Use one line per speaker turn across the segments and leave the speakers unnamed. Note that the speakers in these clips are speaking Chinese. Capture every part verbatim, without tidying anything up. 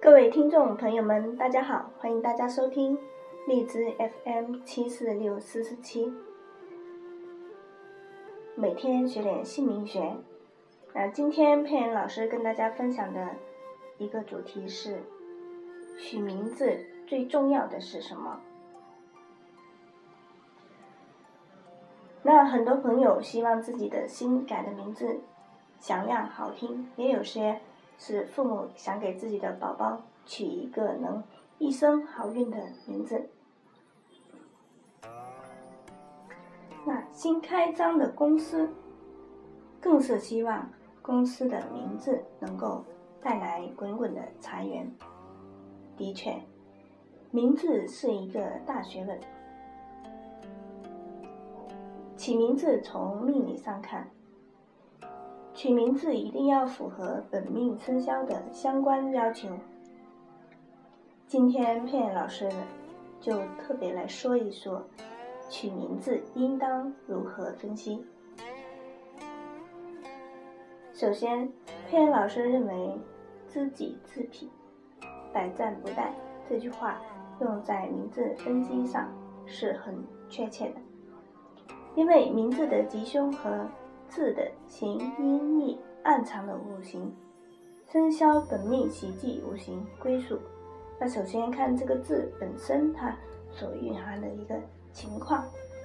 各位听众朋友们，大家好，欢迎大家收听荔枝 F M 七四六四四七，每天学点姓名学。那今天佩恩老师跟大家分享的一个主题是：取名字最重要的是什么？那很多朋友希望自己的新改的名字响亮好听，也有些是父母想给自己的宝宝取一个能一生好运的名字。那新开张的公司更是希望公司的名字能够带来滚滚的财源。的确，名字是一个大学问。起名字从命理上看，取名字一定要符合本命生肖的相关要求。今天佩恩老师就特别来说一说取名字应当如何分析。首先，佩恩老师认为知己知彼，百战不殆这句话用在名字分析上是很确切的，因为名字的吉凶和字的形音义暗藏的五行，生肖本命喜忌五行归属。那首先看这个字本身它所蕴含的一个情况，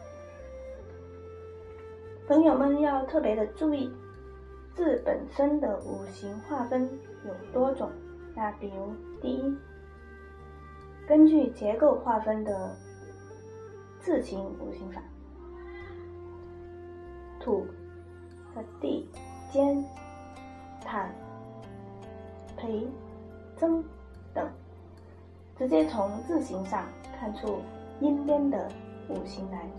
朋友们要特别的注意，字本身的五行划分有多种。那比如第一，根据结构划分的字形五行法，土和地、坚、坦、培、曾等，直接从字形上看出阴边的五行来。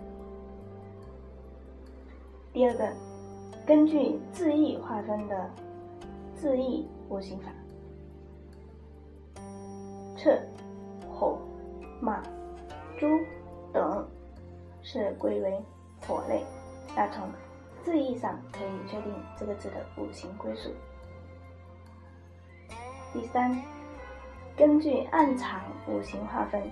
第二个，根据字义划分的字义五行法，彻、火、马、猪等是归为火类，那从字义上可以确定这个字的五行归属。第三，根据暗藏五行划分，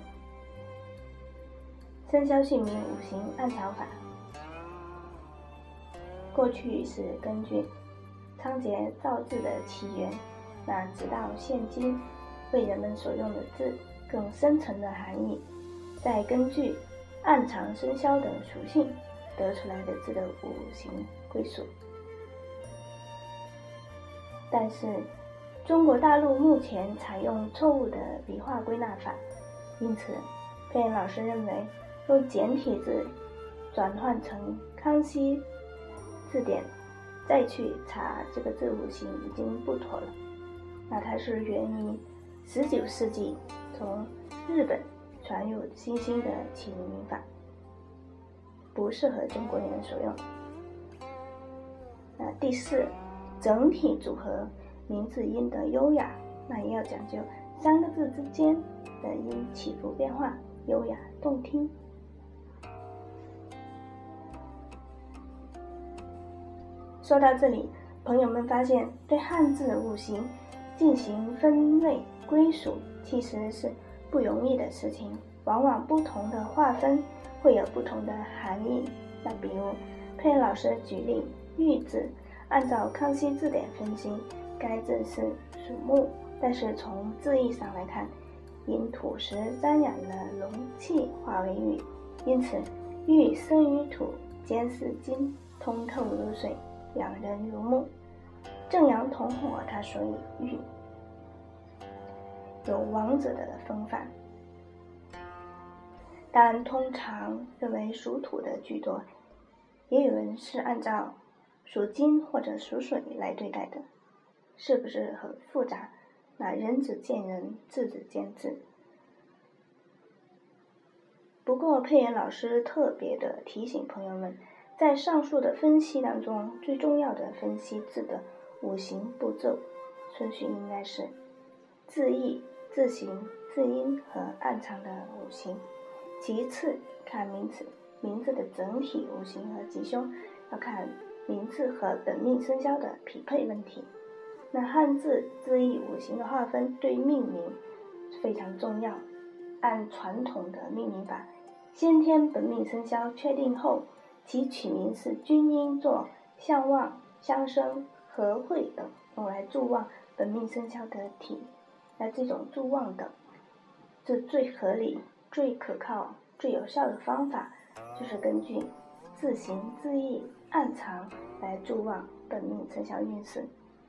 生肖姓名五行暗藏法，过去是根据仓颉造字的起源，那直到现今为人们所用的字更深层的含义，再根据暗藏生肖的属性得出来的字的五行归属。但是中国大陆目前采用错误的笔画归纳法，因此佩恩老师认为用简体字转换成康熙字典再去查这个字五行已经不妥了。那它是源于十九世纪从日本传入新兴的起名法，不适合中国人所用。那第四，整体组合名字音的优雅，那也要讲究三个字之间的音起伏变化，优雅动听。说到这里，朋友们发现对汉字五行进行分类归属其实是不容易的事情，往往不同的划分会有不同的含义。那比如佩恩老师举例，玉字按照康熙字典分析，该字是属木，但是从字义上来看，因土石沾染了龙气化为玉，因此玉生于土，坚似金，通透如水，养人如木，正阳同火，它所以玉有王者的风范。但通常认为属土的居多，也有人是按照属金或者属水来对待的，是不是很复杂？那人只见人，智只见智。不过佩恩老师特别的提醒朋友们，在上述的分析当中，最重要的分析字的五行步骤顺序应该是字义、字形、字音和暗藏的五行，其次看名字名字的整体五行和吉凶，要看名字和本命生肖的匹配问题。 那汉字字义五行的划分对命名非常重要。按传统的命名法，先天本命生肖确定后，其取名是均应作相旺、相生、和会等，用来助旺本命生肖的体。那这种助旺的，是最合理、最可靠、最有效的方法，就是根据字形、字义、暗藏来助旺本命生肖运势。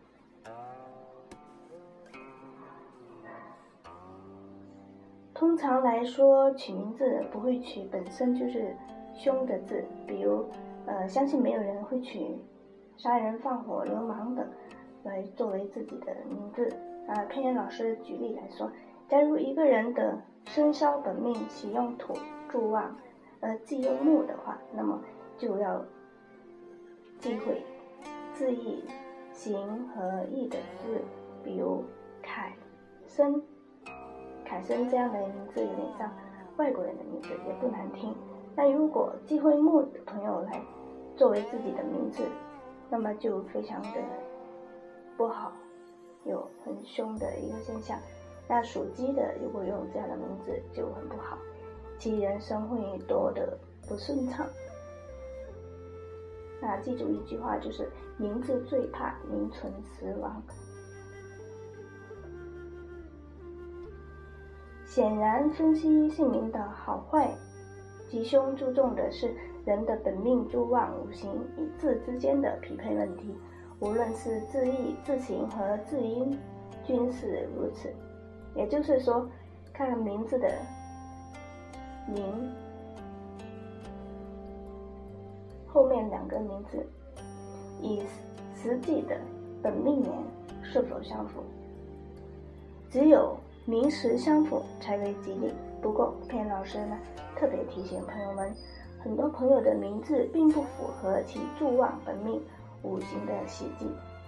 通常来说，取名字不会取本身就是凶的字，比如，呃，相信没有人会取杀人放火、流氓等来作为自己的名字。啊，佩妍老师举例来说，假如一个人的生肖本命喜用土助旺，而忌用木的话，那么就要忌讳字义形和义的字，比如凯森。凯森这样的名字有点像外国人的名字，也不难听。但如果忌讳木的朋友来作为自己的名字，那么就非常的不好，有很凶的一个现象。那属鸡的如果用这样的名字就很不好，其人生会多的不顺畅。那记住一句话，就是名字最怕名存实亡。显然，分析姓名的好坏吉凶注重的是人的本命诸旺五行与字之间的匹配问题，无论是字义、字形和字音，均是如此。也就是说，看名字的名后面两个名字与实际的本命年是否相符，只有名实相符才为吉利。不过佩妍老师呢特别提醒朋友们，很多朋友的名字并不符合其助旺本命五行的喜忌。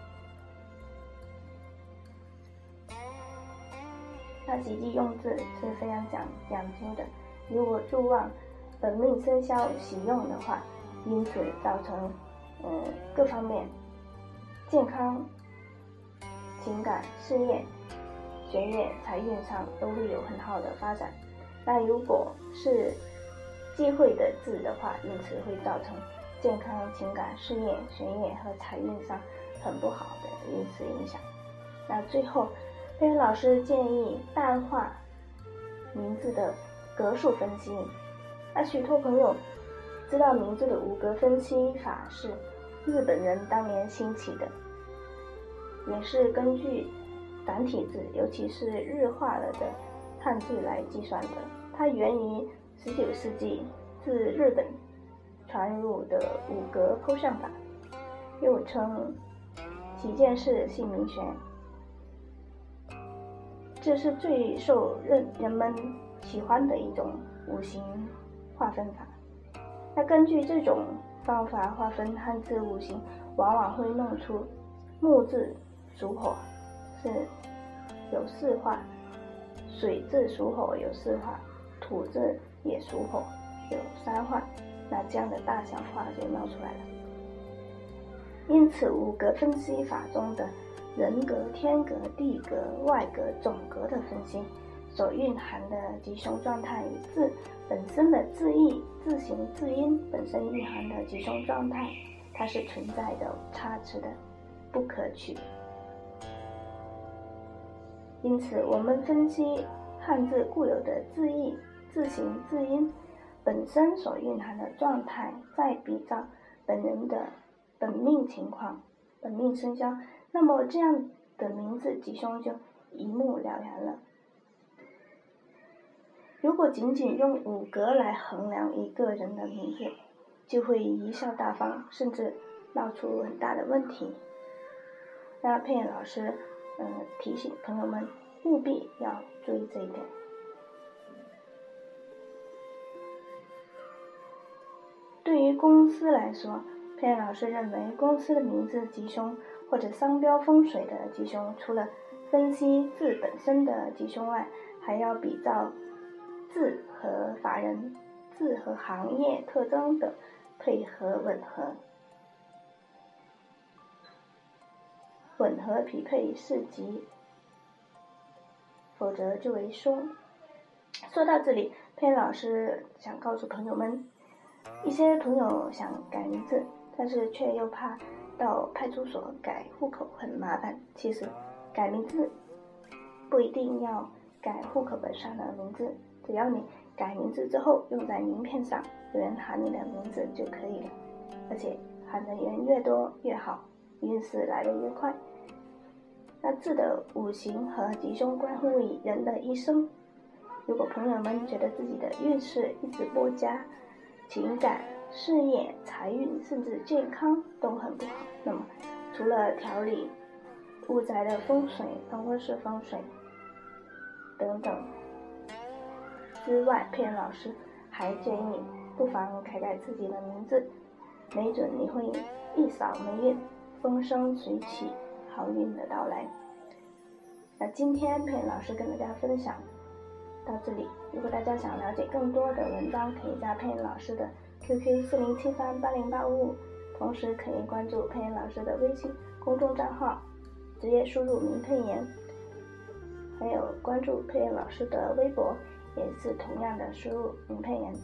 那喜忌用字是非常讲讲究的，如果助旺本命生肖喜用的话，因此造成嗯各方面健康、情感、事业、学业、财运上都会有很好的发展。那如果是忌讳的字的话，因此会造成健康、情感、事业、学业和财运上很不好的因此影响。那最后佩妍老师建议淡化名字的格数分析。那许多朋友知道名字的五格分析法是日本人当年兴起的，也是根据繁体字，尤其是日化了的汉字来计算的。它源于十九世纪自日本传入的五格抽象法，又称旗舰式姓名学。这是最受人人们喜欢的一种五行划分法。那根据这种方法划分汉字五行，往往会弄出木字属火，是有四化；水字属火有四化；土字也属火，有三化。那这样的大小化就冒出来了。因此五格分析法中的人格、天格、地格、外格、总格的分析，所蕴含的吉凶状态与字本身的字义、字形、字音本身蕴含的吉凶状态，它是存在的差池的，不可取。因此我们分析汉字固有的字义、字形、字音本身所蕴含的状态，再比照本人的本命情况、本命生肖，那么这样的名字吉凶就一目了然了。如果仅仅用五格来衡量一个人的名字，就会贻笑大方，甚至闹出很大的问题。那佩妍老师呃提醒朋友们务必要注意这一点。对于公司来说，佩妍老师认为公司的名字吉凶或者商标风水的吉凶，除了分析字本身的吉凶外，还要比照字和法人、字和行业特征的配合吻合。 吻合匹配四级，否则就为凶。说到这里，佩恩老师想告诉朋友们，一些朋友想改名字，但是却又怕到派出所改户口很麻烦。其实改名字不一定要改户口本上的名字，只要你改名字之后用在名片上，有人喊你的名字就可以了，而且喊的人越多越好，运势来得越快。那字的五行和吉凶关乎于人的一生。如果朋友们觉得自己的运势一直不佳，情感、事业、财运甚至健康都很不好，那么除了调理屋宅的风水、办公室风水等等之外，佩恩老师还建议不妨改改自己的名字，没准你会一扫霉运，风生水起，好运的到来。那今天佩恩老师跟大家分享到这里，如果大家想了解更多的文章，可以加佩恩老师的 Q Q 四零七三八零八五五，同时可以关注佩恩老师的微信公众账号，直接输入明佩言，还有关注佩恩老师的微博，也是同样的输入明佩言。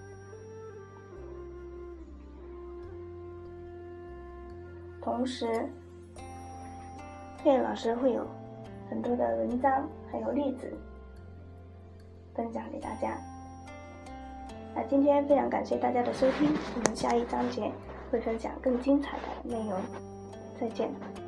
同时佩恩老师会有很多的文章还有例子分享给大家。那今天非常感谢大家的收听，我们下一章节会分享更精彩的内容，再见。